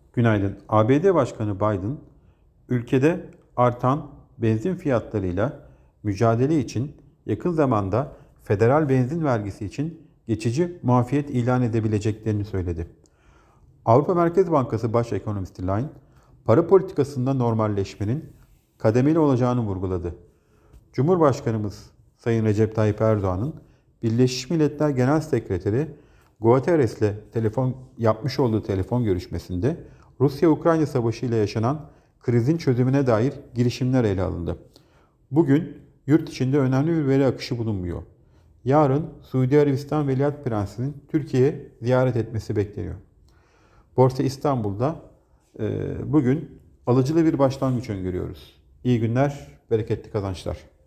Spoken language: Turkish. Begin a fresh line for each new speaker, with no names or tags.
Günaydın. ABD Başkanı Biden, ülkede artan benzin fiyatlarıyla mücadele için yakın zamanda federal benzin vergisi için geçici muafiyet ilan edebileceklerini söyledi. Avrupa Merkez Bankası Baş Ekonomisti Line, para politikasında normalleşmenin kademeli olacağını vurguladı. Cumhurbaşkanımız Sayın Recep Tayyip Erdoğan'ın Birleşmiş Milletler Genel Sekreteri Guterres'le yapmış olduğu telefon görüşmesinde Rusya-Ukrayna Savaşı ile yaşanan krizin çözümüne dair girişimler ele alındı. Bugün yurt içinde önemli bir veri akışı bulunmuyor. Yarın Suudi Arabistan Veliaht Prensi'nin Türkiye'ye ziyaret etmesi bekleniyor. Borsa İstanbul'da bugün alıcılı bir başlangıç öngörüyoruz. İyi günler, bereketli kazançlar.